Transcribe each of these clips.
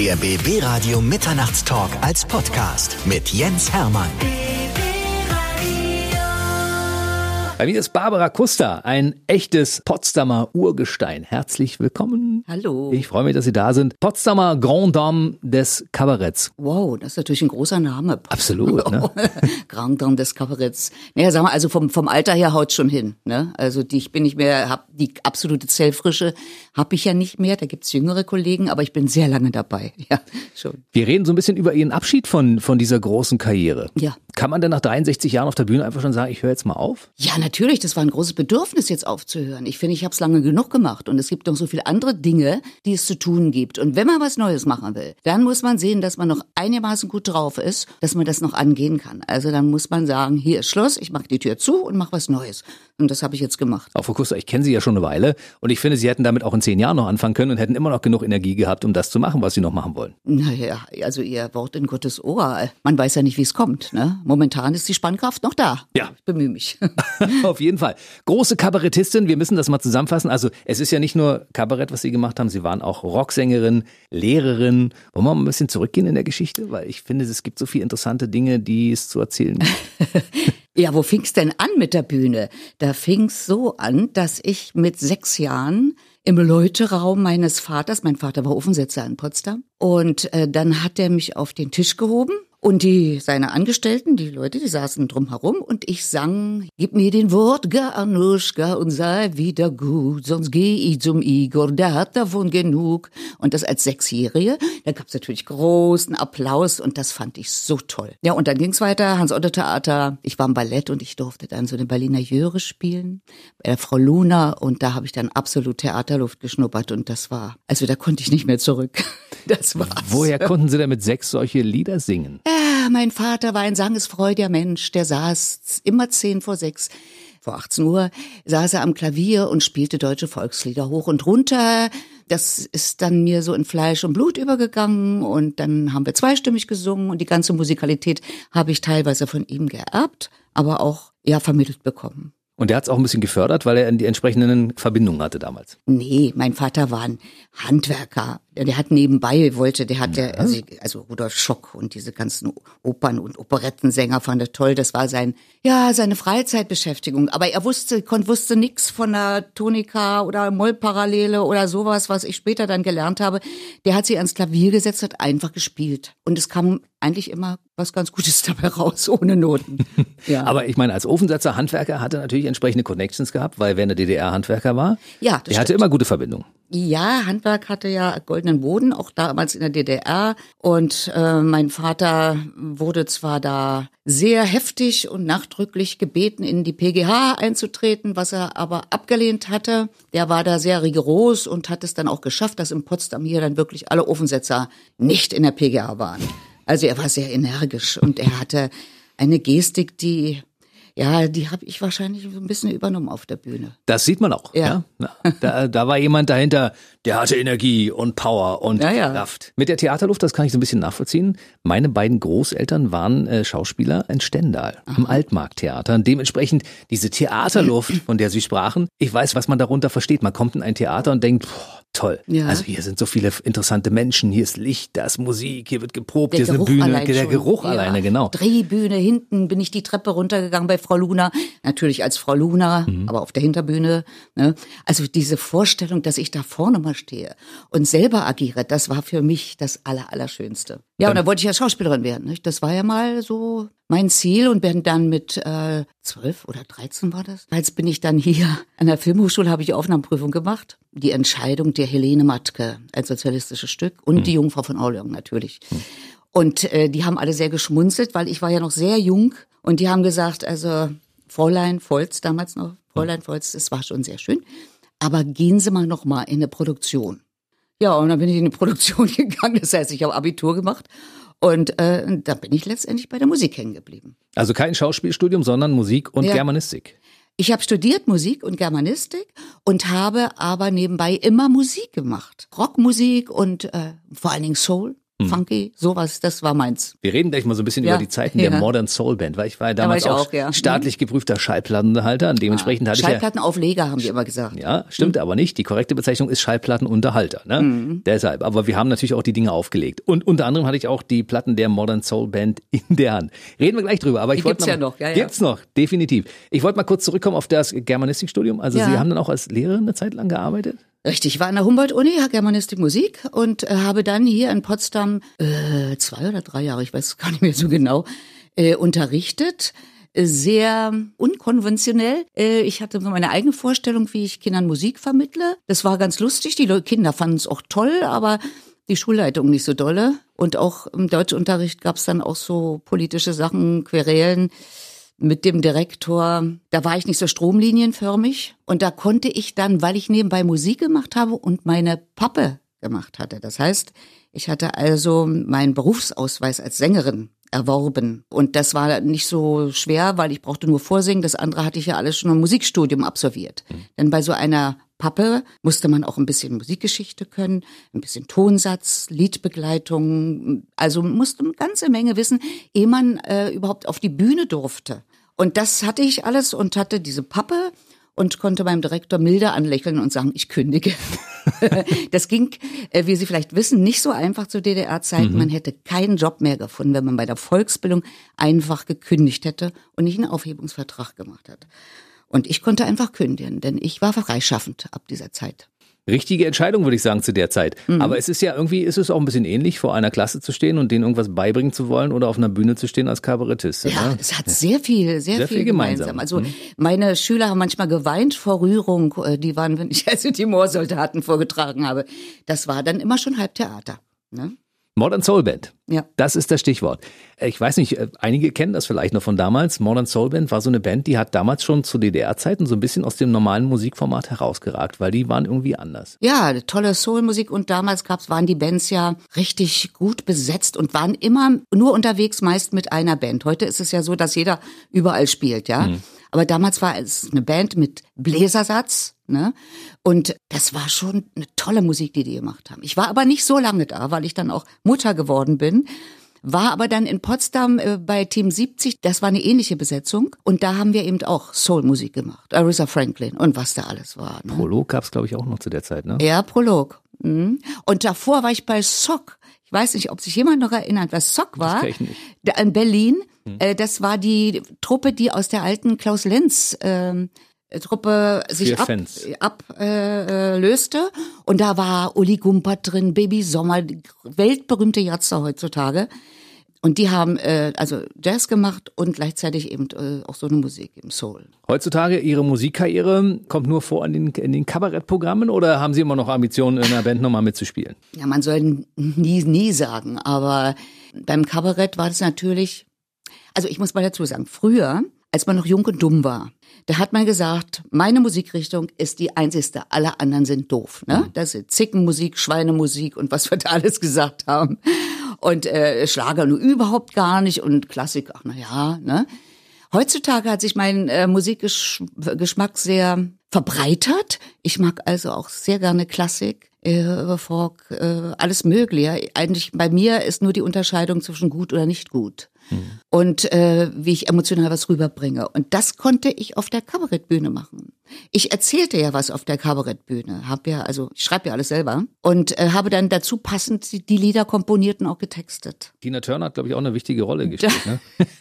Der BB Radio Mitternachtstalk als Podcast mit Jens Hermann. Bei mir ist Barbara Kuster, ein echtes Potsdamer Urgestein. Herzlich willkommen. Hallo. Ich freue mich, dass Sie da sind. Potsdamer Grand Dame des Kabaretts. Wow, das ist natürlich ein großer Name. Absolut, ne? Grand Dame des Kabaretts. Naja, sagen wir, also vom Alter her haut's schon hin, ne? Also ich bin nicht mehr, hab die absolute Zellfrische habe ich ja nicht mehr. Da gibt's jüngere Kollegen, aber ich bin sehr lange dabei. Ja, schon. Wir reden so ein bisschen über Ihren Abschied von dieser großen Karriere. Ja. Kann man denn nach 63 Jahren auf der Bühne einfach schon sagen, ich höre jetzt mal auf? Ja, natürlich. Das war ein großes Bedürfnis, jetzt aufzuhören. Ich finde, ich habe es lange genug gemacht. Und es gibt noch so viele andere Dinge, die es zu tun gibt. Und wenn man was Neues machen will, dann muss man sehen, dass man noch einigermaßen gut drauf ist, dass man das noch angehen kann. Also dann muss man sagen, hier ist Schluss, ich mache die Tür zu und mache was Neues. Und das habe ich jetzt gemacht. Auch Frau Kuster, ich kenne Sie ja schon eine Weile. Und ich finde, Sie hätten damit auch in 10 Jahren noch anfangen können und hätten immer noch genug Energie gehabt, um das zu machen, was Sie noch machen wollen. Naja, also Ihr Wort in Gottes Ohr. Man weiß ja nicht, wie es kommt, ne? Momentan ist die Spannkraft noch da. Ja. Ich bemühe mich. Auf jeden Fall. Große Kabarettistin, wir müssen das mal zusammenfassen. Also es ist ja nicht nur Kabarett, was Sie gemacht haben, Sie waren auch Rocksängerin, Lehrerin. Wollen wir mal ein bisschen zurückgehen in der Geschichte? Weil ich finde, es gibt so viele interessante Dinge, die es zu erzählen gibt. Ja, wo fing's denn an mit der Bühne? Da fing's so an, dass ich mit 6 Jahren im Leuteraum meines Vaters, mein Vater war Ofensetzer in Potsdam, und dann hat er mich auf den Tisch gehoben. Und seine Angestellten, die Leute, die saßen drumherum und ich sang, gib mir den Wodka, Anuschka, und sei wieder gut, sonst geh ich zum Igor, der hat davon genug. Und das als 6-Jährige, da gab's natürlich großen Applaus und das fand ich so toll. Ja, und dann ging's weiter, Hans-Otto-Theater, ich war im Ballett und ich durfte dann so eine Berliner Jöre spielen, bei der Frau Luna, und da habe ich dann absolut Theaterluft geschnuppert und das war, also da konnte ich nicht mehr zurück. Das war's. Woher konnten Sie denn mit 6 solche Lieder singen? Ja, mein Vater war ein sangesfreudiger Mensch, der saß immer 5:10, vor 18 Uhr, saß er am Klavier und spielte deutsche Volkslieder hoch und runter. Das ist dann mir so in Fleisch und Blut übergegangen und dann haben wir zweistimmig gesungen und die ganze Musikalität habe ich teilweise von ihm geerbt, aber auch vermittelt bekommen. Und der hat es auch ein bisschen gefördert, weil er die entsprechenden Verbindungen hatte damals. Nee, mein Vater war ein Handwerker. Der hat nebenbei, also Rudolf Schock und diese ganzen Opern- und Operettensänger fand er toll. Das war seine Freizeitbeschäftigung. Aber er wusste nichts von der Tonika oder Mollparallele oder sowas, was ich später dann gelernt habe. Der hat sich ans Klavier gesetzt, hat einfach gespielt. Und es kam eigentlich immer was ganz Gutes dabei raus, ohne Noten. Ja. Aber ich meine, als Ofensetzer, Handwerker hat er natürlich entsprechende Connections gehabt, weil wer in der DDR Handwerker war, der hatte immer gute Verbindungen. Ja, Handwerk hatte ja goldenen Boden, auch damals in der DDR. Und mein Vater wurde zwar da sehr heftig und nachdrücklich gebeten, in die PGH einzutreten, was er aber abgelehnt hatte. Der war da sehr rigoros und hat es dann auch geschafft, dass in Potsdam hier dann wirklich alle Ofensetzer nicht in der PGH waren. Also er war sehr energisch und er hatte eine Gestik, die habe ich wahrscheinlich ein bisschen übernommen auf der Bühne. Das sieht man auch. Ja. Da war jemand dahinter, der hatte Energie und Power und Kraft. Mit der Theaterluft, das kann ich so ein bisschen nachvollziehen. Meine beiden Großeltern waren Schauspieler in Stendal, im Altmarkttheater. Und dementsprechend diese Theaterluft, von der Sie sprachen, ich weiß, was man darunter versteht. Man kommt in ein Theater und denkt, toll. Ja. Also hier sind so viele interessante Menschen, hier ist Licht, da ist Musik, hier wird geprobt, hier ist eine Bühne, der Geruch alleine, genau. Drehbühne, hinten bin ich die Treppe runtergegangen bei Frau Luna, natürlich als Frau Luna, aber auf der Hinterbühne. Ne? Also diese Vorstellung, dass ich da vorne mal stehe und selber agiere, das war für mich das Allerschönste. Ja, und da wollte ich ja Schauspielerin werden. Nicht? Das war ja mal so mein Ziel und bin dann mit 12 oder 13 war das. Jetzt bin ich dann hier an der Filmhochschule, habe ich Aufnahmeprüfung gemacht. Die Entscheidung der Helene Matke, ein sozialistisches Stück, und die Jungfrau von Orleans natürlich. Und die haben alle sehr geschmunzelt, weil ich war ja noch sehr jung und die haben gesagt, also Fräulein Volz, damals noch Fräulein Volz, das war schon sehr schön, aber gehen Sie mal noch mal in eine Produktion. Ja, und dann bin ich in eine Produktion gegangen, das heißt, ich habe Abitur gemacht. Und da bin ich letztendlich bei der Musik hängen geblieben. Also kein Schauspielstudium, sondern Musik und Germanistik. Ich habe studiert Musik und Germanistik und habe aber nebenbei immer Musik gemacht. Rockmusik und vor allen Dingen Soul. funky, sowas, das war meins. Wir reden gleich mal so ein bisschen über die Zeiten der Modern Soul Band, weil ich war ja damals auch staatlich geprüfter Schallplattenhalter und dementsprechend hatte ich Schallplattenaufleger haben wir immer gesagt. Ja, stimmt aber nicht. Die korrekte Bezeichnung ist Schallplattenunterhalter, ne? Deshalb. Aber wir haben natürlich auch die Dinge aufgelegt. Und unter anderem hatte ich auch die Platten der Modern Soul Band in der Hand. Reden wir gleich drüber. Aber gibt's ja noch. Gibt's noch, definitiv. Ich wollte mal kurz zurückkommen auf das Germanistikstudium. Also Sie haben dann auch als Lehrerin eine Zeit lang gearbeitet? Richtig, ich war an der Humboldt-Uni, Germanistik Musik und habe dann hier in Potsdam 2 oder 3 Jahre, ich weiß gar nicht mehr so genau, unterrichtet. Sehr unkonventionell. Ich hatte so meine eigene Vorstellung, wie ich Kindern Musik vermittle. Das war ganz lustig. Die Kinder fanden es auch toll, aber die Schulleitung nicht so dolle. Und auch im Deutschunterricht gab es dann auch so politische Sachen, Querelen mit dem Direktor. Da war ich nicht so stromlinienförmig. Und da konnte ich dann, weil ich nebenbei Musik gemacht habe und meine Pappe gemacht hatte. Das heißt, ich hatte also meinen Berufsausweis als Sängerin erworben. Und das war nicht so schwer, weil ich brauchte nur vorsingen. Das andere hatte ich ja alles schon im Musikstudium absolviert. Denn bei so einer Pappe musste man auch ein bisschen Musikgeschichte können, ein bisschen Tonsatz, Liedbegleitung. Also musste eine ganze Menge wissen, ehe man überhaupt auf die Bühne durfte. Und das hatte ich alles und hatte diese Pappe und konnte meinem Direktor milde anlächeln und sagen, ich kündige. Das ging, wie Sie vielleicht wissen, nicht so einfach zu DDR-Zeiten. Man hätte keinen Job mehr gefunden, wenn man bei der Volksbildung einfach gekündigt hätte und nicht einen Aufhebungsvertrag gemacht hat. Und ich konnte einfach kündigen, denn ich war freischaffend ab dieser Zeit. Richtige Entscheidung, würde ich sagen, zu der Zeit. Aber es ist ja irgendwie, ist es auch ein bisschen ähnlich, vor einer Klasse zu stehen und denen irgendwas beibringen zu wollen oder auf einer Bühne zu stehen als Kabarettist. Ja, ne? es hat sehr viel gemeinsam. Also meine Schüler haben manchmal geweint vor Rührung. Die waren, wenn ich also die Moorsoldaten vorgetragen habe. Das war dann immer schon Halbtheater, ne? Modern Soul Band. Ja. Das ist das Stichwort. Ich weiß nicht, einige kennen das vielleicht noch von damals. Modern Soul Band war so eine Band, die hat damals schon zu DDR-Zeiten so ein bisschen aus dem normalen Musikformat herausgeragt, weil die waren irgendwie anders. Ja, tolle Soulmusik und damals waren die Bands ja richtig gut besetzt und waren immer nur unterwegs, meist mit einer Band. Heute ist es ja so, dass jeder überall spielt, ja. Aber damals war es eine Band mit Bläsersatz, ne? Und das war schon eine tolle Musik, die gemacht haben. Ich war aber nicht so lange da, weil ich dann auch Mutter geworden bin. War aber dann in Potsdam bei Team 70, das war eine ähnliche Besetzung. Und da haben wir eben auch Soulmusik gemacht. Aretha Franklin und was da alles war. Ne? Prolog gab's, glaube ich, auch noch zu der Zeit, ne? Ja, Prolog. Und davor war ich bei SOC. Ich weiß nicht, ob sich jemand noch erinnert, was SOC war. Das kenn ich nicht. In Berlin. Das war die Truppe, die aus der alten Klaus Lenz Truppe sich ablöste. Und da war Uli Gumpert drin, Baby Sommer, weltberühmte Jatzer heutzutage. Und die haben also Jazz gemacht und gleichzeitig eben auch so eine Musik im Soul. Heutzutage Ihre Musikkarriere kommt nur vor in den Kabarettprogrammen oder haben Sie immer noch Ambitionen, in einer Band nochmal mitzuspielen? Ja, man soll nie sagen, aber beim Kabarett war das natürlich, also ich muss mal dazu sagen, früher, als man noch jung und dumm war, da hat man gesagt, meine Musikrichtung ist die einzigste, alle anderen sind doof. Ne? Das ist Zickenmusik, Schweinemusik und was wir da alles gesagt haben. Und Schlager nur überhaupt gar nicht und Klassik, ach na ja. Ne? Heutzutage hat sich mein Musikgeschmack sehr verbreitert. Ich mag also auch sehr gerne Klassik, Folk, alles Mögliche. Eigentlich bei mir ist nur die Unterscheidung zwischen gut oder nicht gut. Und wie ich emotional was rüberbringe. Und das konnte ich auf der Kabarettbühne machen. Ich erzählte ja was auf der Kabarettbühne. Ich schreibe ja alles selber. Und habe dann dazu passend die Lieder komponiert und auch getextet. Tina Turner hat, glaube ich, auch eine wichtige Rolle gespielt, ne?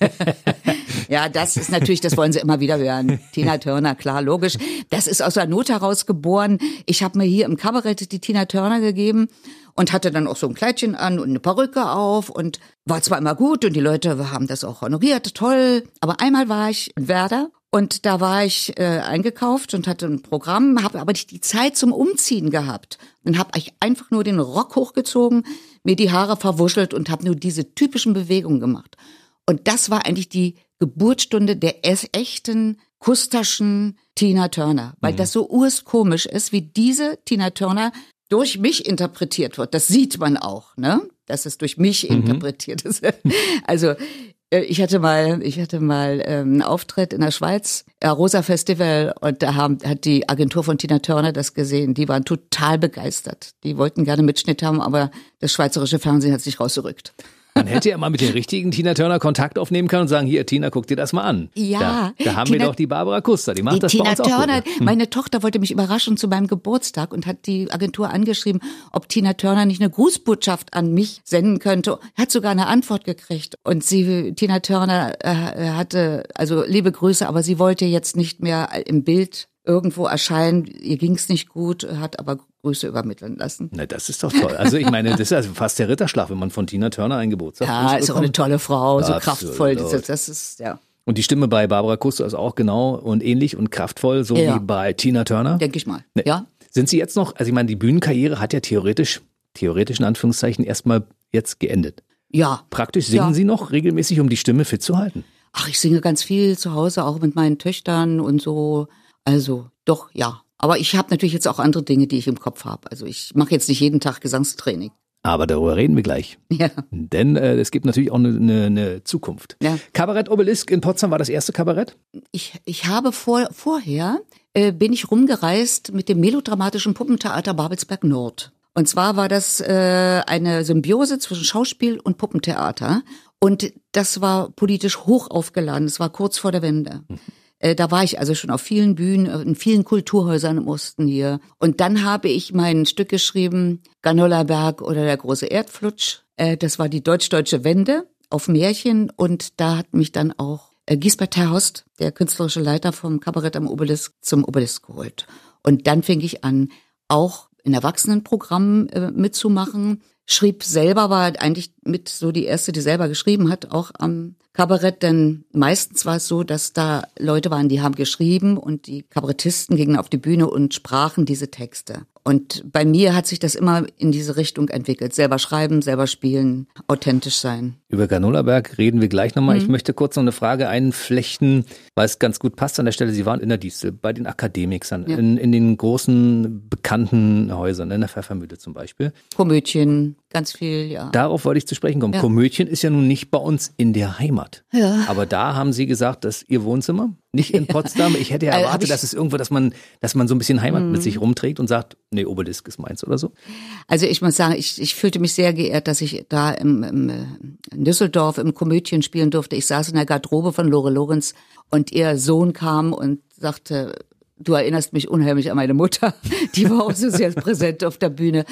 Ja, das ist natürlich, das wollen Sie immer wieder hören. Tina Turner, klar, logisch. Das ist aus der Not heraus geboren. Ich habe mir hier im Kabarett die Tina Turner gegeben und hatte dann auch so ein Kleidchen an und eine Perücke auf und war zwar immer gut und die Leute haben das auch honoriert, toll. Aber einmal war ich in Werder und da war ich eingekauft und hatte ein Programm, habe aber nicht die Zeit zum Umziehen gehabt. Dann habe ich einfach nur den Rock hochgezogen, mir die Haare verwuschelt und habe nur diese typischen Bewegungen gemacht. Und das war eigentlich die Geburtsstunde der echten Kusterschen Tina Turner, weil das so urskomisch ist, wie diese Tina Turner durch mich interpretiert wird. Das sieht man auch, ne? Dass es durch mich interpretiert ist. Also Ich hatte mal einen Auftritt in der Schweiz, Rosa Festival, und da hat die Agentur von Tina Turner das gesehen. Die waren total begeistert. Die wollten gerne Mitschnitt haben, aber das schweizerische Fernsehen hat sich rausgerückt. Man hätte ja mal mit den richtigen Tina Turner Kontakt aufnehmen können und sagen, hier Tina, guck dir das mal an. Ja. Da haben wir doch die Barbara Kuster, die macht das Tina bei uns auch Turner, gut. meine Tochter wollte mich überraschen zu meinem Geburtstag und hat die Agentur angeschrieben, ob Tina Turner nicht eine Grußbotschaft an mich senden könnte. Hat sogar eine Antwort gekriegt. Und Tina Turner hatte, also liebe Grüße, aber sie wollte jetzt nicht mehr im Bild irgendwo erscheinen. Ihr ging's nicht gut, hat aber Grüße übermitteln lassen. Na, das ist doch toll. Also ich meine, das ist also fast der Ritterschlag, wenn man von Tina Turner einen Geburtstag Ja, ist auch eine tolle Frau, so Absolut. kraftvoll. Das ist, ja. Und die Stimme bei Barbara Kuster ist auch genau und ähnlich und kraftvoll, so wie bei Tina Turner. Denke ich mal, Ne. ja. Sind Sie jetzt noch, also ich meine, die Bühnenkarriere hat ja theoretisch in Anführungszeichen erstmal jetzt geendet. Ja. Praktisch singen Sie noch regelmäßig, um die Stimme fit zu halten? Ach, ich singe ganz viel zu Hause, auch mit meinen Töchtern und so. Also, doch, ja. Aber ich habe natürlich jetzt auch andere Dinge, die ich im Kopf habe. Also ich mache jetzt nicht jeden Tag Gesangstraining. Aber darüber reden wir gleich. Ja. Denn es gibt natürlich auch eine Zukunft. Ja. Kabarett Obelisk in Potsdam war das erste Kabarett? Ich habe vorher bin ich rumgereist mit dem melodramatischen Puppentheater Babelsberg Nord. Und zwar war das eine Symbiose zwischen Schauspiel und Puppentheater. Und das war politisch hoch aufgeladen. Das war kurz vor der Wende. Da war ich also schon auf vielen Bühnen, in vielen Kulturhäusern im Osten hier. Und dann habe ich mein Stück geschrieben, Ganollaberg oder der große Erdflutsch. Das war die deutsch-deutsche Wende auf Märchen. Und da hat mich dann auch Giesbert Terhorst, der künstlerische Leiter vom Kabarett am Obelisk, zum Obelisk geholt. Und dann fing ich an, auch in Erwachsenenprogrammen mitzumachen. Schrieb selber, war eigentlich mit so die erste, die selber geschrieben hat, auch am Kabarett, denn meistens war es so, dass da Leute waren, die haben geschrieben und die Kabarettisten gingen auf die Bühne und sprachen diese Texte. Und bei mir hat sich das immer in diese Richtung entwickelt. Selber schreiben, selber spielen, authentisch sein. Über Ganollaberg reden wir gleich nochmal. Ich möchte kurz noch eine Frage einflechten, weil es ganz gut passt an der Stelle. Sie waren in der Distel, bei den Akademikern, in den großen bekannten Häusern, in der Pfeffermühle zum Beispiel. Komödien, ganz viel, ja. Darauf wollte ich zu sprechen kommen. Ja. Komödien ist ja nun nicht bei uns in der Heimat. Ja. Aber da haben Sie gesagt, dass Ihr Wohnzimmer, nicht in Potsdam. Ich hätte ja erwartet, dass es irgendwo, dass man so ein bisschen Heimat mit sich rumträgt und sagt, nee, Obelisk ist meins oder so. Also ich muss sagen, ich fühlte mich sehr geehrt, dass ich da in Düsseldorf im Komödien spielen durfte. Ich saß in der Garderobe von Lore Lorenz und ihr Sohn kam und sagte, du erinnerst mich unheimlich an meine Mutter. Die war auch so sehr präsent auf der Bühne.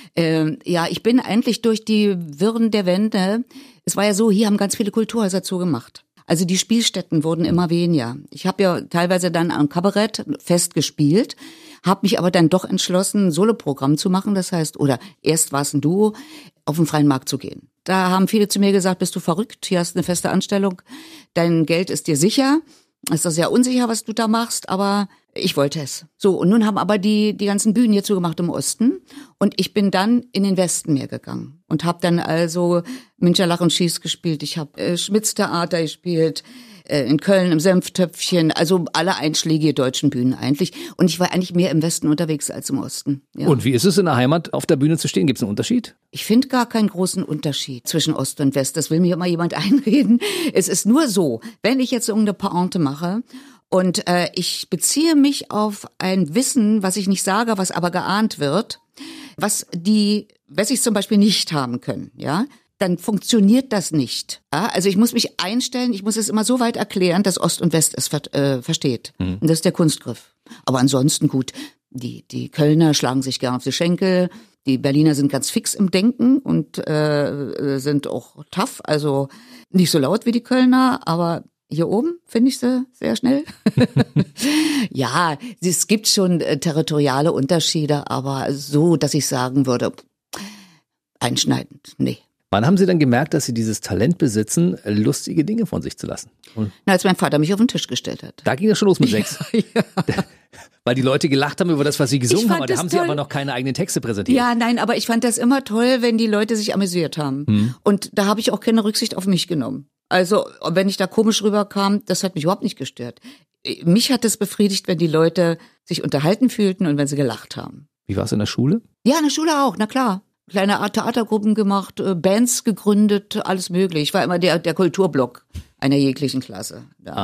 Ja, ich bin eigentlich durch die Wirren der Wende, es war ja so, hier haben ganz viele Kulturhäuser zugemacht. Also die Spielstätten wurden immer weniger. Ich habe ja teilweise dann am Kabarett fest gespielt, habe mich aber dann doch entschlossen, ein Soloprogramm zu machen. Das heißt, oder erst war es ein Duo, auf den freien Markt zu gehen. Da haben viele zu mir gesagt, bist du verrückt, hier hast du eine feste Anstellung, dein Geld ist dir sicher. Es ist sehr unsicher, was du da machst, aber ich wollte es. So, und nun haben aber die ganzen Bühnen hier zugemacht im Osten und ich bin dann in den Westen mehr gegangen und habe dann also Müncher Lach und Schieß gespielt. Ich habe Schmitz Theater gespielt, in Köln im Senftöpfchen, also alle einschlägige deutschen Bühnen eigentlich. Und ich war eigentlich mehr im Westen unterwegs als im Osten. Ja. Und wie ist es in der Heimat, auf der Bühne zu stehen? Gibt es einen Unterschied? Ich finde gar keinen großen Unterschied zwischen Ost und West. Das will mir immer jemand einreden. Es ist nur so, wenn ich jetzt irgendeine Pointe mache und ich beziehe mich auf ein Wissen, was ich nicht sage, was aber geahnt wird, was ich zum Beispiel nicht haben können, ja, dann funktioniert das nicht. Ja, also ich muss mich einstellen, ich muss es immer so weit erklären, dass Ost und West es versteht. Und das ist der Kunstgriff. Aber ansonsten gut, die Kölner schlagen sich gern auf die Schenkel, die Berliner sind ganz fix im Denken und sind auch tough, also nicht so laut wie die Kölner, aber hier oben finde ich sie sehr schnell. Ja, es gibt schon territoriale Unterschiede, aber so, dass ich sagen würde, einschneidend, nee. Wann haben Sie dann gemerkt, dass Sie dieses Talent besitzen, lustige Dinge von sich zu lassen? Na, als mein Vater mich auf den Tisch gestellt hat. Da ging das schon los mit 6. Ja. Weil die Leute gelacht haben über das, was Sie gesungen haben, aber da haben Sie aber noch keine eigenen Texte präsentiert. Ja, nein, aber ich fand das immer toll, wenn die Leute sich amüsiert haben. Und da habe ich auch keine Rücksicht auf mich genommen. Also, wenn ich da komisch rüberkam, das hat mich überhaupt nicht gestört. Mich hat es befriedigt, wenn die Leute sich unterhalten fühlten und wenn sie gelacht haben. Wie war es in der Schule? Ja, in der Schule auch, na klar. kleine Theatergruppen gemacht, Bands gegründet, alles möglich. Ich war immer der Kulturblock einer jeglichen Klasse.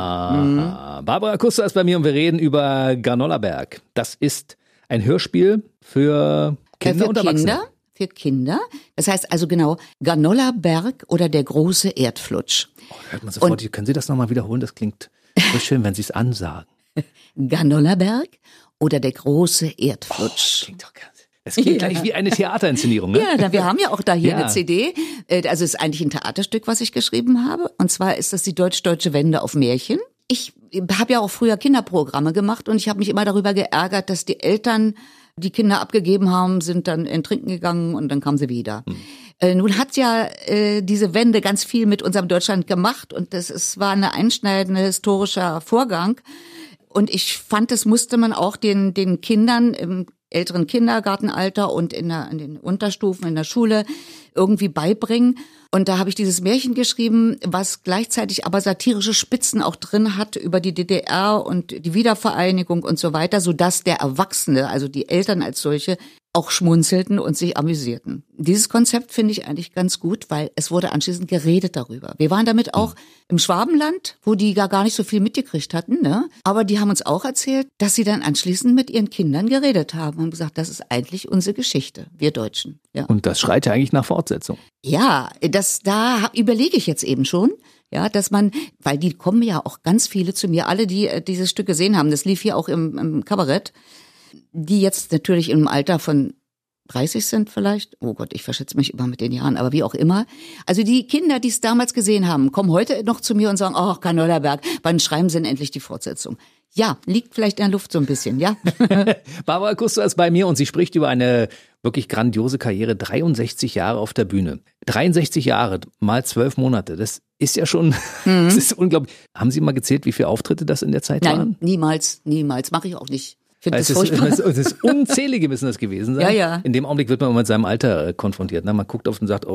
Barbara Kuster ist bei mir und wir reden über Granollaberg. Das ist ein Hörspiel für Kinder und Erwachsene. Für Kinder. Das heißt also genau, Granollaberg oder der große Erdflutsch. Oh, hört man sofort. Können Sie das nochmal wiederholen? Das klingt so schön, wenn Sie es ansagen. Granollaberg oder der große Erdflutsch. Das klingt gleich wie eine Theaterinszenierung, ne? Ja, wir haben ja auch da hier eine CD. Also es ist eigentlich ein Theaterstück, was ich geschrieben habe. Und zwar ist das die deutsch-deutsche Wende auf Märchen. Ich habe ja auch früher Kinderprogramme gemacht und ich habe mich immer darüber geärgert, dass die Eltern die Kinder abgegeben haben, sind dann trinken gegangen und dann kamen sie wieder. Nun hat ja diese Wende ganz viel mit unserem Deutschland gemacht und war ein einschneidender historischer Vorgang. Und ich fand, das musste man auch den Kindern im älteren Kindergartenalter und in den Unterstufen in der Schule irgendwie beibringen. Und da habe ich dieses Märchen geschrieben, was gleichzeitig aber satirische Spitzen auch drin hat über die DDR und die Wiedervereinigung und so weiter, sodass der Erwachsene, also die Eltern als solche, auch schmunzelten und sich amüsierten. Dieses Konzept finde ich eigentlich ganz gut, weil es wurde anschließend geredet darüber. Wir waren damit auch im Schwabenland, wo die gar nicht so viel mitgekriegt hatten, ne? Aber die haben uns auch erzählt, dass sie dann anschließend mit ihren Kindern geredet haben und gesagt, das ist eigentlich unsere Geschichte, wir Deutschen. Ja. Und das schreit ja eigentlich nach Fortsetzung. Ja, da überlege ich jetzt eben schon. Ja, dass weil die kommen ja auch ganz viele zu mir, alle, die dieses Stück gesehen haben, das lief hier auch im Kabarett, die jetzt natürlich im Alter von 30 sind vielleicht. Oh Gott, ich verschätze mich immer mit den Jahren, aber wie auch immer. Also die Kinder, die es damals gesehen haben, kommen heute noch zu mir und sagen, oh, Granollaberg, wann schreiben sie denn endlich die Fortsetzung? Ja, liegt vielleicht in der Luft so ein bisschen, ja. Barbara Kuster ist bei mir und sie spricht über eine wirklich grandiose Karriere, 63 Jahre auf der Bühne. 63 Jahre mal 12 Monate, das ist ja schon, das ist unglaublich. Haben Sie mal gezählt, wie viele Auftritte das in der Zeit waren? Nein, niemals, mache ich auch nicht. Es ist unzählige müssen das gewesen sein. Ja. In dem Augenblick wird man mit seinem Alter konfrontiert. Ne? Man guckt auf und sagt,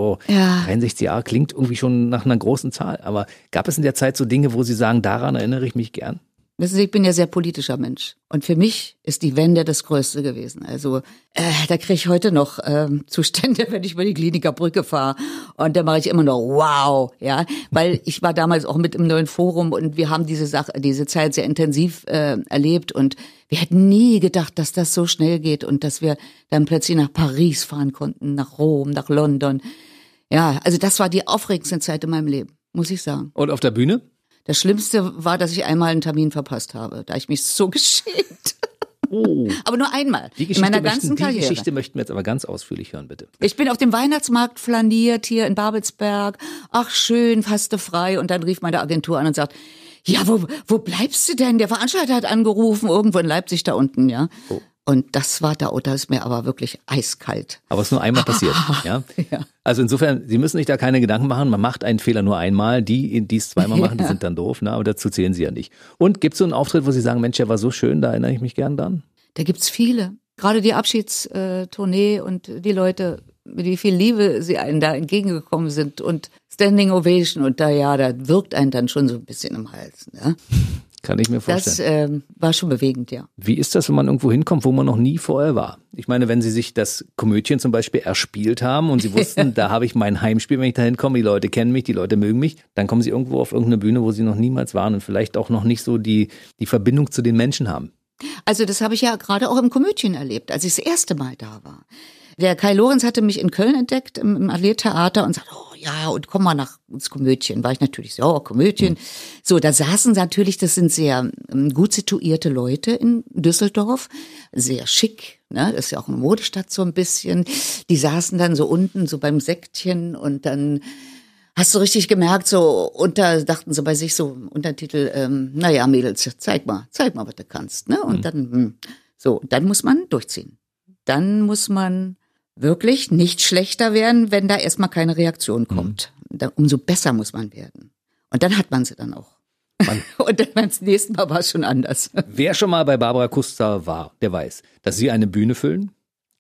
63 Jahre klingt irgendwie schon nach einer großen Zahl. Aber gab es in der Zeit so Dinge, wo Sie sagen, daran erinnere ich mich gern? Wissen Sie, ich bin ja sehr politischer Mensch. Und für mich ist die Wende das Größte gewesen. Also da kriege ich heute noch Zustände, wenn ich über die Kliniker Brücke fahre. Und da mache ich immer noch wow, ja. Weil ich war damals auch mit im neuen Forum und wir haben diese Zeit sehr intensiv erlebt. Und wir hätten nie gedacht, dass das so schnell geht und dass wir dann plötzlich nach Paris fahren konnten, nach Rom, nach London. Ja, also das war die aufregendste Zeit in meinem Leben, muss ich sagen. Und auf der Bühne? Das Schlimmste war, dass ich einmal einen Termin verpasst habe. Da ich mich so geschämt. Oh. Aber nur einmal in meiner ganzen Karriere. Die Geschichte möchten wir jetzt aber ganz ausführlich hören, bitte. Ich bin auf dem Weihnachtsmarkt flaniert hier in Babelsberg. Ach schön, fast frei. Und dann rief meine Agentur an und sagt, ja, wo bleibst du denn? Der Veranstalter hat angerufen, irgendwo in Leipzig da unten, ja. Oh. Und das ist mir aber wirklich eiskalt. Aber es ist nur einmal passiert, ja? Ja. Also insofern, Sie müssen sich da keine Gedanken machen. Man macht einen Fehler nur einmal. Die es zweimal machen, die sind dann doof, ne? Aber dazu zählen Sie ja nicht. Und gibt es so einen Auftritt, wo Sie sagen, Mensch, der war so schön, da erinnere ich mich gern dran? Da gibt's viele. Gerade die Abschiedstournee und die Leute, mit wie viel Liebe sie einem da entgegengekommen sind und Standing Ovation und da wirkt einen dann schon so ein bisschen im Hals, ne? Kann ich mir vorstellen. Das war schon bewegend, ja. Wie ist das, wenn man irgendwo hinkommt, wo man noch nie vorher war? Ich meine, wenn Sie sich das Komödien zum Beispiel erspielt haben und Sie wussten, da habe ich mein Heimspiel, wenn ich da hinkomme, die Leute kennen mich, die Leute mögen mich, dann kommen Sie irgendwo auf irgendeine Bühne, wo Sie noch niemals waren und vielleicht auch noch nicht so die Verbindung zu den Menschen haben. Also das habe ich ja gerade auch im Komödien erlebt, als ich das erste Mal da war. Der Kai Lorenz hatte mich in Köln entdeckt, im Atelier-Theater und sagte, oh ja, und komm mal ins Komödien. War ich natürlich so, Komödien. So, da saßen natürlich, das sind sehr gut situierte Leute in Düsseldorf, sehr schick, ne, das ist ja auch eine Modestadt so ein bisschen. Die saßen dann so unten, so beim Sektchen und dann hast du richtig gemerkt, so dachten sie bei sich so Untertitel, naja, Mädels, zeig mal, was du kannst, ne, und dann muss man durchziehen. Dann muss man wirklich nicht schlechter werden, wenn da erstmal keine Reaktion kommt. Umso besser muss man werden. Und dann hat man sie dann auch. Und dann beim nächsten Mal war es schon anders. Wer schon mal bei Barbara Kuster war, der weiß, dass Sie eine Bühne füllen,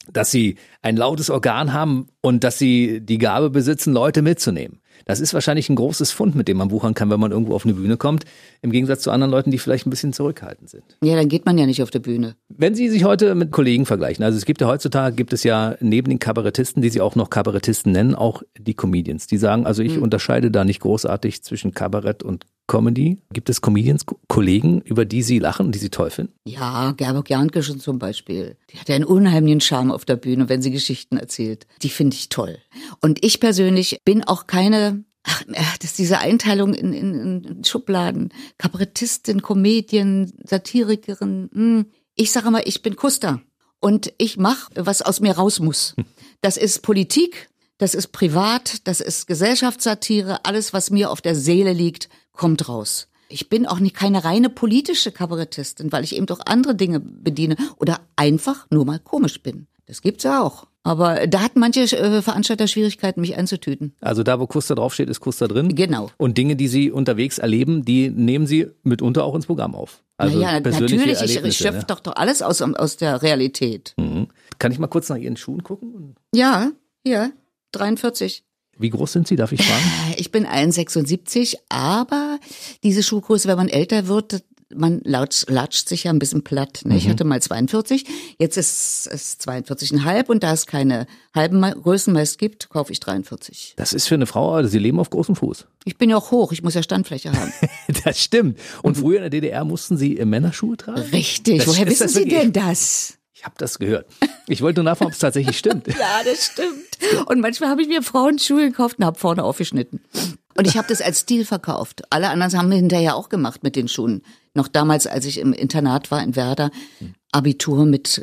dass sie ein lautes Organ haben und dass sie die Gabe besitzen, Leute mitzunehmen. Das ist wahrscheinlich ein großes Fund, mit dem man wuchern kann, wenn man irgendwo auf eine Bühne kommt, im Gegensatz zu anderen Leuten, die vielleicht ein bisschen zurückhaltend sind. Ja, dann geht man ja nicht auf der Bühne. Wenn Sie sich heute mit Kollegen vergleichen, also es gibt ja heutzutage, neben den Kabarettisten, die Sie auch noch Kabarettisten nennen, auch die Comedians. Die sagen, also ich unterscheide da nicht großartig zwischen Kabarett und Comedy. Gibt es Comedians, Kollegen, über die Sie lachen und die Sie toll finden? Ja, Gerburg Jahnke schon zum Beispiel. Die hat ja einen unheimlichen Charme auf der Bühne, wenn sie Geschichten erzählt. Die finde ich toll. Und ich persönlich bin auch keine, das ist diese Einteilung in Schubladen. Kabarettistin, Comedian, Satirikerin. Ich sage mal, ich bin Kuster. Und ich mache, was aus mir raus muss. Das ist Politik, das ist privat, das ist Gesellschaftssatire. Alles, was mir auf der Seele liegt, kommt raus. Ich bin auch keine reine politische Kabarettistin, weil ich eben doch andere Dinge bediene oder einfach nur mal komisch bin. Das gibt's ja auch. Aber da hatten manche Veranstalter Schwierigkeiten, mich einzutüten. Also da, wo Kuster draufsteht, ist Kuster drin? Genau. Und Dinge, die Sie unterwegs erleben, die nehmen Sie mitunter auch ins Programm auf? Also ja, natürlich. Ich schöpfe ne? doch alles aus der Realität. Mhm. Kann ich mal kurz nach Ihren Schuhen gucken? Ja, hier, 43. Wie groß sind Sie, darf ich fragen? Ich bin 1,76, aber diese Schuhgröße, wenn man älter wird, man latscht sich ja ein bisschen platt. Ne? Ich hatte mal 42, jetzt ist es 42,5 und da es keine halben Größen meist gibt, kaufe ich 43. Das ist für eine Frau, also Sie leben auf großem Fuß. Ich bin ja auch hoch, ich muss ja Standfläche haben. Das stimmt. Und früher in der DDR mussten Sie Männerschuhe tragen? Richtig. Woher wissen Sie denn das? Ich habe das gehört. Ich wollte nur nachfragen, ob es tatsächlich stimmt. Ja, das stimmt. Und manchmal habe ich mir Frauenschuhe gekauft und habe vorne aufgeschnitten. Und ich habe das als Stil verkauft. Alle anderen haben wir hinterher auch gemacht mit den Schuhen. Noch damals, als ich im Internat war in Werder, Abitur mit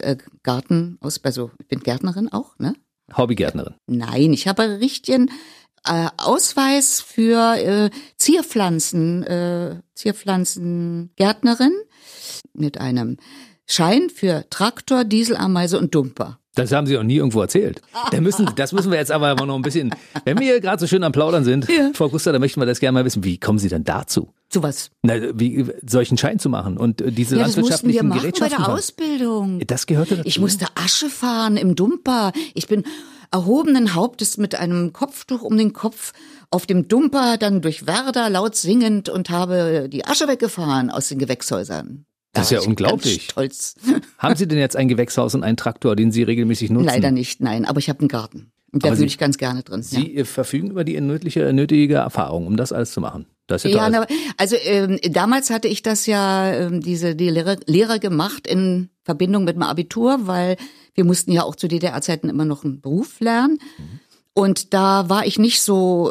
also ich bin Gärtnerin auch, ne? Hobbygärtnerin. Nein, ich habe einen richtigen Ausweis für Zierpflanzengärtnerin mit einem Schein für Traktor, Dieselameise und Dumper. Das haben Sie auch nie irgendwo erzählt. Das müssen wir jetzt aber noch ein bisschen, wenn wir hier gerade so schön am Plaudern sind, ja. Frau Kuster, da möchten wir das gerne mal wissen. Wie kommen Sie denn dazu? Zu was? Solchen Schein zu machen und diese landwirtschaftlichen Gerätschaften. Das mussten wir machen bei der Ausbildung. Das gehörte dazu. Ich musste Asche fahren im Dumper. Ich bin erhobenen Hauptes mit einem Kopftuch um den Kopf auf dem Dumper dann durch Werder laut singend und habe die Asche weggefahren aus den Gewächshäusern. Das ist ja unglaublich. Stolz. Haben Sie denn jetzt ein Gewächshaus und einen Traktor, den Sie regelmäßig nutzen? Leider nicht, nein. Aber ich habe einen Garten. Und da würde ich ganz gerne drin. Sie verfügen über die nötige Erfahrung, um das alles zu machen. Das ist ja toll. Also damals hatte ich das ja, die Lehre gemacht in Verbindung mit dem Abitur, weil wir mussten ja auch zu DDR-Zeiten immer noch einen Beruf lernen. Und da war ich nicht so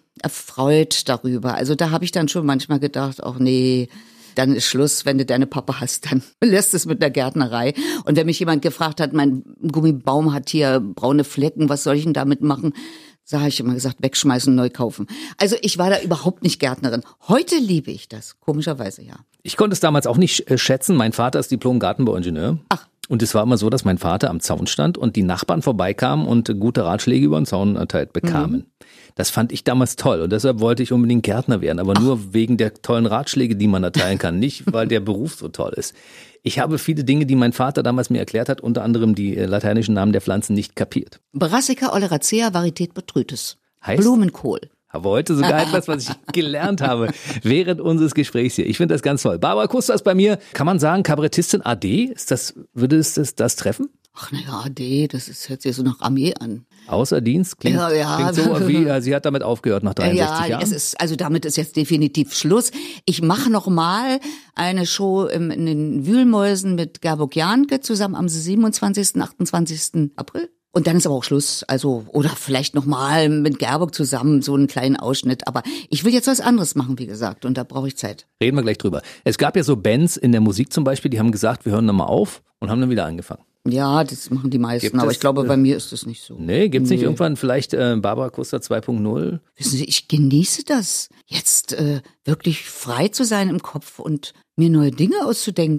erfreut darüber. Also da habe ich dann schon manchmal gedacht, ach nee, dann ist Schluss, wenn du deine Papa hast, dann lässt es mit der Gärtnerei. Und wenn mich jemand gefragt hat, mein Gummibaum hat hier braune Flecken, was soll ich denn damit machen? Da habe ich immer gesagt, wegschmeißen, neu kaufen. Also ich war da überhaupt nicht Gärtnerin. Heute liebe ich das, komischerweise, ja. Ich konnte es damals auch nicht schätzen. Mein Vater ist Diplom-Gartenbauingenieur. Ach. Und es war immer so, dass mein Vater am Zaun stand und die Nachbarn vorbeikamen und gute Ratschläge über den Zaun erteilt bekamen. Das fand ich damals toll und deshalb wollte ich unbedingt Gärtner werden, aber nur wegen der tollen Ratschläge, die man erteilen kann, nicht weil der Beruf so toll ist. Ich habe viele Dinge, die mein Vater damals mir erklärt hat, unter anderem die lateinischen Namen der Pflanzen nicht kapiert. Brassica oleracea Varietät Botrytis. Heißt? Blumenkohl. Aber heute sogar etwas, was ich gelernt habe während unseres Gesprächs hier. Ich finde das ganz toll. Barbara Kuster ist bei mir. Kann man sagen, Kabarettistin AD? Würde es das treffen? Ach naja, AD, hört sich so nach Armee an. Außer Dienst klingt so wie, sie hat damit aufgehört nach 63 Jahren. Damit ist jetzt definitiv Schluss. Ich mache noch mal eine Show in den Wühlmäusen mit Gerburg Jahnke zusammen am 27., 28. April. Und dann ist aber auch Schluss, oder vielleicht nochmal mit Gerburg zusammen, so einen kleinen Ausschnitt. Aber ich will jetzt was anderes machen, wie gesagt, und da brauche ich Zeit. Reden wir gleich drüber. Es gab ja so Bands in der Musik zum Beispiel, die haben gesagt, wir hören nochmal auf und haben dann wieder angefangen. Ja, das machen die meisten, aber ich glaube, bei mir ist das nicht so. Nee, gibt's nicht irgendwann vielleicht Barbara Kuster 2.0? Wissen Sie, ich genieße das, jetzt wirklich frei zu sein im Kopf und mir neue Dinge auszudenken.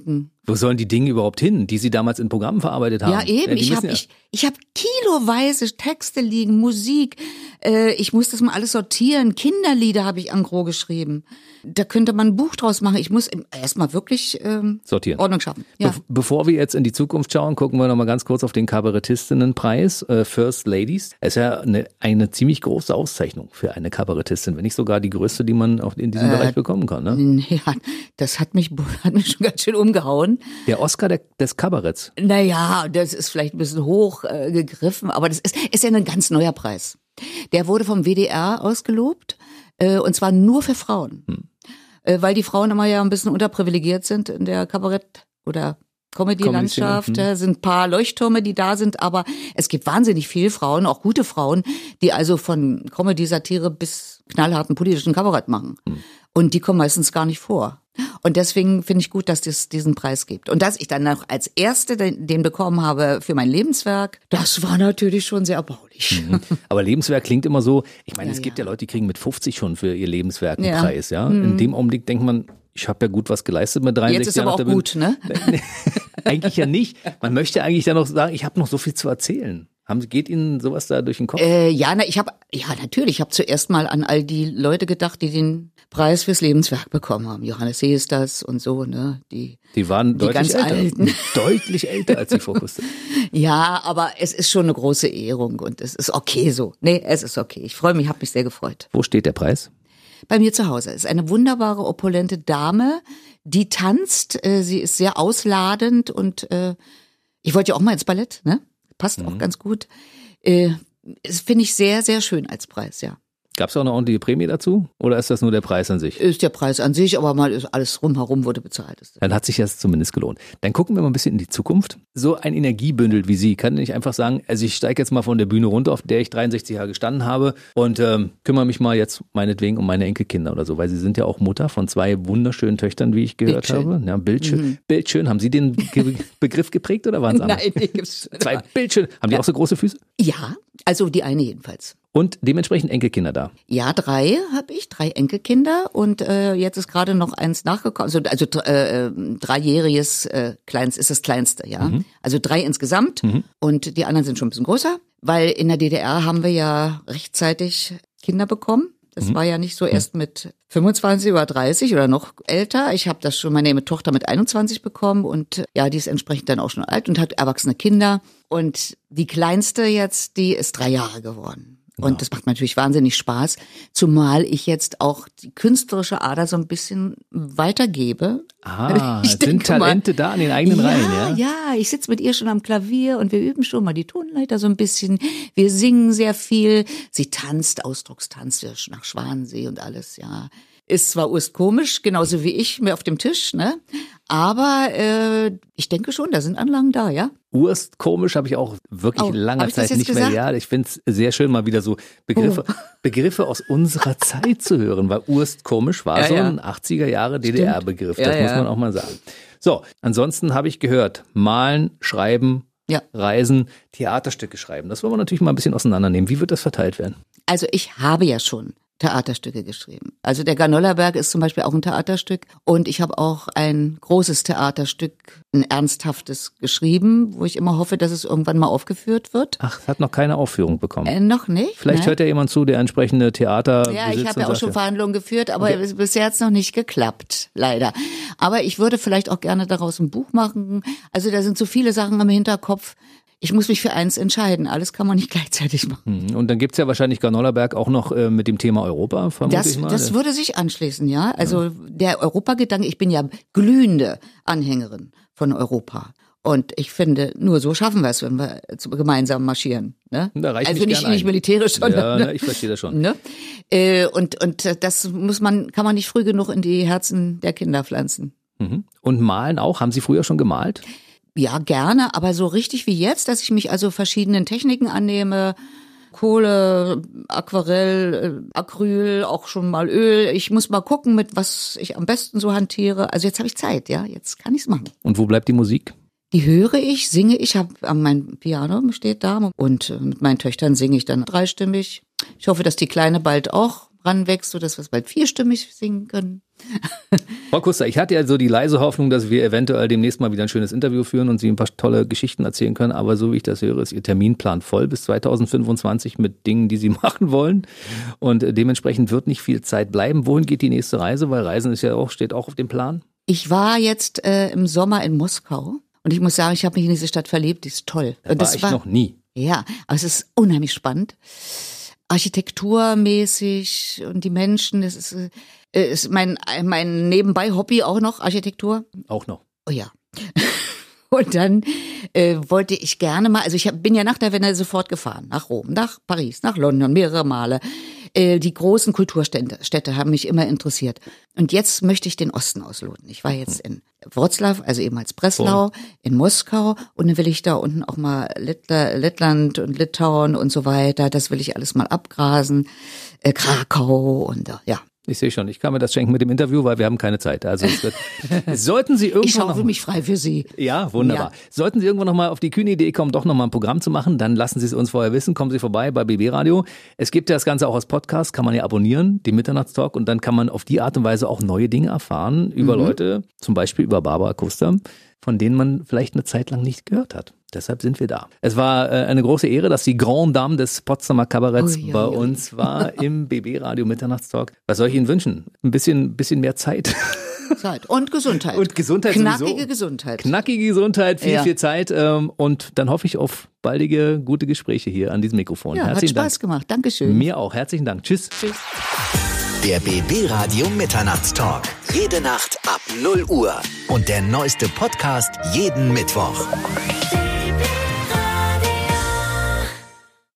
Wo sollen die Dinge überhaupt hin, die Sie damals in Programmen verarbeitet haben? Ja, eben. Ich hab kiloweise Texte liegen, Musik. Ich muss das mal alles sortieren. Kinderlieder habe ich en gros geschrieben. Da könnte man ein Buch draus machen. Ich muss erstmal wirklich sortieren. Ordnung schaffen. Ja. Bevor wir jetzt in die Zukunft schauen, gucken wir nochmal ganz kurz auf den Kabarettistinnenpreis, First Ladies. Es ist ja eine ziemlich große Auszeichnung für eine Kabarettistin, wenn nicht sogar die größte, die man auch in diesem Bereich bekommen kann. Ne? Ja, das hat mich schon ganz schön umgehauen. Der Oscar des Kabaretts. Naja, das ist vielleicht ein bisschen hoch gegriffen, aber das ist ja ein ganz neuer Preis. Der wurde vom WDR ausgelobt, und zwar nur für Frauen. Weil die Frauen immer ja ein bisschen unterprivilegiert sind in der Kabarett- oder Comedy-Landschaft. Sind ein paar Leuchttürme, die da sind, aber es gibt wahnsinnig viele Frauen, auch gute Frauen, die also von Comedy-Satire bis knallharten politischen Kabarett machen. Und die kommen meistens gar nicht vor. Und deswegen finde ich gut, dass es diesen Preis gibt. Und dass ich dann noch als Erste den bekommen habe für mein Lebenswerk, das war natürlich schon sehr erbaulich. Aber Lebenswerk klingt immer so, ich meine, es gibt ja Leute, die kriegen mit 50 schon für ihr Lebenswerk einen Preis. Ja? In dem Augenblick denkt man, ich habe ja gut was geleistet mit 63 Jahren. Jetzt ist aber auch gut, ne? Eigentlich ja nicht. Man möchte eigentlich dann noch sagen, ich habe noch so viel zu erzählen. Geht Ihnen sowas da durch den Kopf? Natürlich. Ich habe zuerst mal an all die Leute gedacht, die den Preis fürs Lebenswerk bekommen haben. Johannes Hesters und so, ne? Die waren deutlich ganz älter. Alten. Deutlich älter als die Frau Kuste. Ja, aber es ist schon eine große Ehrung und es ist okay so. Nee, es ist okay. Ich freue mich, habe mich sehr gefreut. Wo steht der Preis? Bei mir zu Hause. Es ist eine wunderbare, opulente Dame, die tanzt. Sie ist sehr ausladend und ich wollte ja auch mal ins Ballett, ne? Passt auch ganz gut. Das finde ich sehr, sehr schön als Preis, ja. Gab es auch eine ordentliche Prämie dazu? Oder ist das nur der Preis an sich? Ist der Preis an sich, aber mal ist alles rumherum wurde bezahlt. Dann hat sich das zumindest gelohnt. Dann gucken wir mal ein bisschen in die Zukunft. So ein Energiebündel wie Sie kann nicht einfach sagen, also ich steige jetzt mal von der Bühne runter, auf der ich 63 Jahre gestanden habe und kümmere mich mal jetzt meinetwegen um meine Enkelkinder oder so, weil Sie sind ja auch Mutter von 2 wunderschönen Töchtern, wie ich gehört habe. Ja, Bildschön. Bildschön. Haben Sie den Begriff geprägt oder waren es andere? Nein, die gibt's. 2 Bildschön. Haben die auch so große Füße? Ja, also die eine jedenfalls. Und dementsprechend Enkelkinder da? Ja, 3 habe ich, 3 Enkelkinder und jetzt ist gerade noch eins nachgekommen, also 3-jähriges Kleins ist das Kleinste, ja. Also 3 insgesamt und die anderen sind schon ein bisschen größer, weil in der DDR haben wir ja rechtzeitig Kinder bekommen. Das war ja nicht so erst mit 25 oder 30 oder noch älter. Ich habe das schon meine Tochter mit 21 bekommen und ja, die ist entsprechend dann auch schon alt und hat erwachsene Kinder. Und die Kleinste jetzt, die ist 3 Jahre geworden. Und das macht natürlich wahnsinnig Spaß, zumal ich jetzt auch die künstlerische Ader so ein bisschen weitergebe. Sind Talente da an den eigenen Reihen, ja? Ja, ich sitze mit ihr schon am Klavier und wir üben schon mal die Tonleiter so ein bisschen. Wir singen sehr viel. Sie tanzt, Ausdruckstanz nach Schwanensee und alles, ja. Ist zwar urstkomisch, genauso wie ich, mir auf dem Tisch, ne? Aber ich denke schon, da sind Anlagen da, ja? Urstkomisch habe ich auch wirklich langer Zeit nicht mehr. Ja, ich finde es sehr schön, mal wieder so Begriffe aus unserer Zeit zu hören, weil urstkomisch war so ein 80er Jahre DDR-Begriff, das muss man auch mal sagen. So, ansonsten habe ich gehört, malen, schreiben, reisen, Theaterstücke schreiben. Das wollen wir natürlich mal ein bisschen auseinandernehmen. Wie wird das verteilt werden? Also ich habe ja schon Theaterstücke geschrieben. Also der Garnollerberg ist zum Beispiel auch ein Theaterstück und ich habe auch ein großes Theaterstück, ein ernsthaftes geschrieben, wo ich immer hoffe, dass es irgendwann mal aufgeführt wird. Ach, es hat noch keine Aufführung bekommen? Noch nicht. Vielleicht hört ja jemand zu, der entsprechende Theater Ja, ich habe ja auch schon Verhandlungen geführt, aber bisher hat es noch nicht geklappt, leider. Aber ich würde vielleicht auch gerne daraus ein Buch machen. Also da sind so viele Sachen im Hinterkopf. Ich muss mich für eins entscheiden. Alles kann man nicht gleichzeitig machen. Und dann gibt's ja wahrscheinlich Garnollerberg auch noch mit dem Thema Europa, vermute ich mal. Das würde sich anschließen, ja. Also der Europagedanke, ich bin ja glühende Anhängerin von Europa. Und ich finde, nur so schaffen wir es, wenn wir gemeinsam marschieren. Ne? Da reicht also nicht militärisch, sondern. Ja, ich verstehe das schon. Ne? Und das kann man nicht früh genug in die Herzen der Kinder pflanzen. Und malen auch? Haben Sie früher schon gemalt? Ja, gerne, aber so richtig wie jetzt, dass ich mich also verschiedenen Techniken annehme. Kohle, Aquarell, Acryl, auch schon mal Öl. Ich muss mal gucken, mit was ich am besten so hantiere. Also jetzt habe ich Zeit, ja, jetzt kann ich's machen. Und wo bleibt die Musik? Die höre ich, singe ich, mein Piano steht da und mit meinen Töchtern singe ich dann dreistimmig. Ich hoffe, dass die Kleine bald auch ranwächst, sodass wir es bald vierstimmig singen können. Frau Kuster, ich hatte ja so die leise Hoffnung, dass wir eventuell demnächst mal wieder ein schönes Interview führen und Sie ein paar tolle Geschichten erzählen können. Aber so wie ich das höre, ist Ihr Terminplan voll bis 2025 mit Dingen, die Sie machen wollen. Und dementsprechend wird nicht viel Zeit bleiben. Wohin geht die nächste Reise? Weil Reisen ist ja auch, steht auch auf dem Plan. Ich war jetzt im Sommer in Moskau und ich muss sagen, ich habe mich in diese Stadt verliebt. Die ist toll. Das war ich noch nie. Ja, aber es ist unheimlich spannend. Architekturmäßig und die Menschen, es ist mein Nebenbei-Hobby auch noch, Architektur. Auch noch. Oh ja. Und dann wollte ich gerne mal, also ich bin ja nach der Wende sofort gefahren, nach Rom, nach Paris, nach London, mehrere Male. Die großen Kulturstädte haben mich immer interessiert. Und jetzt möchte ich den Osten ausloten. Ich war jetzt in Wroclaw, also ehemals Breslau, in Moskau und dann will ich da unten auch mal Lettland und Litauen und so weiter. Das will ich alles mal abgrasen. Krakau und ja. Ich sehe schon, ich kann mir das schenken mit dem Interview, weil wir haben keine Zeit. Also sollten Sie irgendwann ich schaufel mich frei für Sie. Ja, wunderbar. Ja. Sollten Sie irgendwann noch mal auf die kühne Idee kommen, doch noch mal ein Programm zu machen, dann lassen Sie es uns vorher wissen. Kommen Sie vorbei bei BB Radio. Es gibt ja das Ganze auch als Podcast, kann man ja abonnieren, den Mitternachtstalk, und dann kann man auf die Art und Weise auch neue Dinge erfahren über Leute, zum Beispiel über Barbara Kuster, von denen man vielleicht eine Zeit lang nicht gehört hat. Deshalb sind wir da. Es war eine große Ehre, dass die Grande Dame des Potsdamer Kabaretts bei uns war im BB Radio Mitternachtstalk. Was soll ich Ihnen wünschen? Ein bisschen mehr Zeit. Zeit und Gesundheit. Und Gesundheit Knackige sowieso. Gesundheit. Knackige Gesundheit, viel Zeit. Und dann hoffe ich auf baldige, gute Gespräche hier an diesem Mikrofon. Ja, Herzlichen hat Spaß gemacht. Dankeschön. Mir auch. Herzlichen Dank. Tschüss. Tschüss. Der BB Radio Mitternachtstalk. Jede Nacht ab 0 Uhr. Und der neueste Podcast jeden Mittwoch.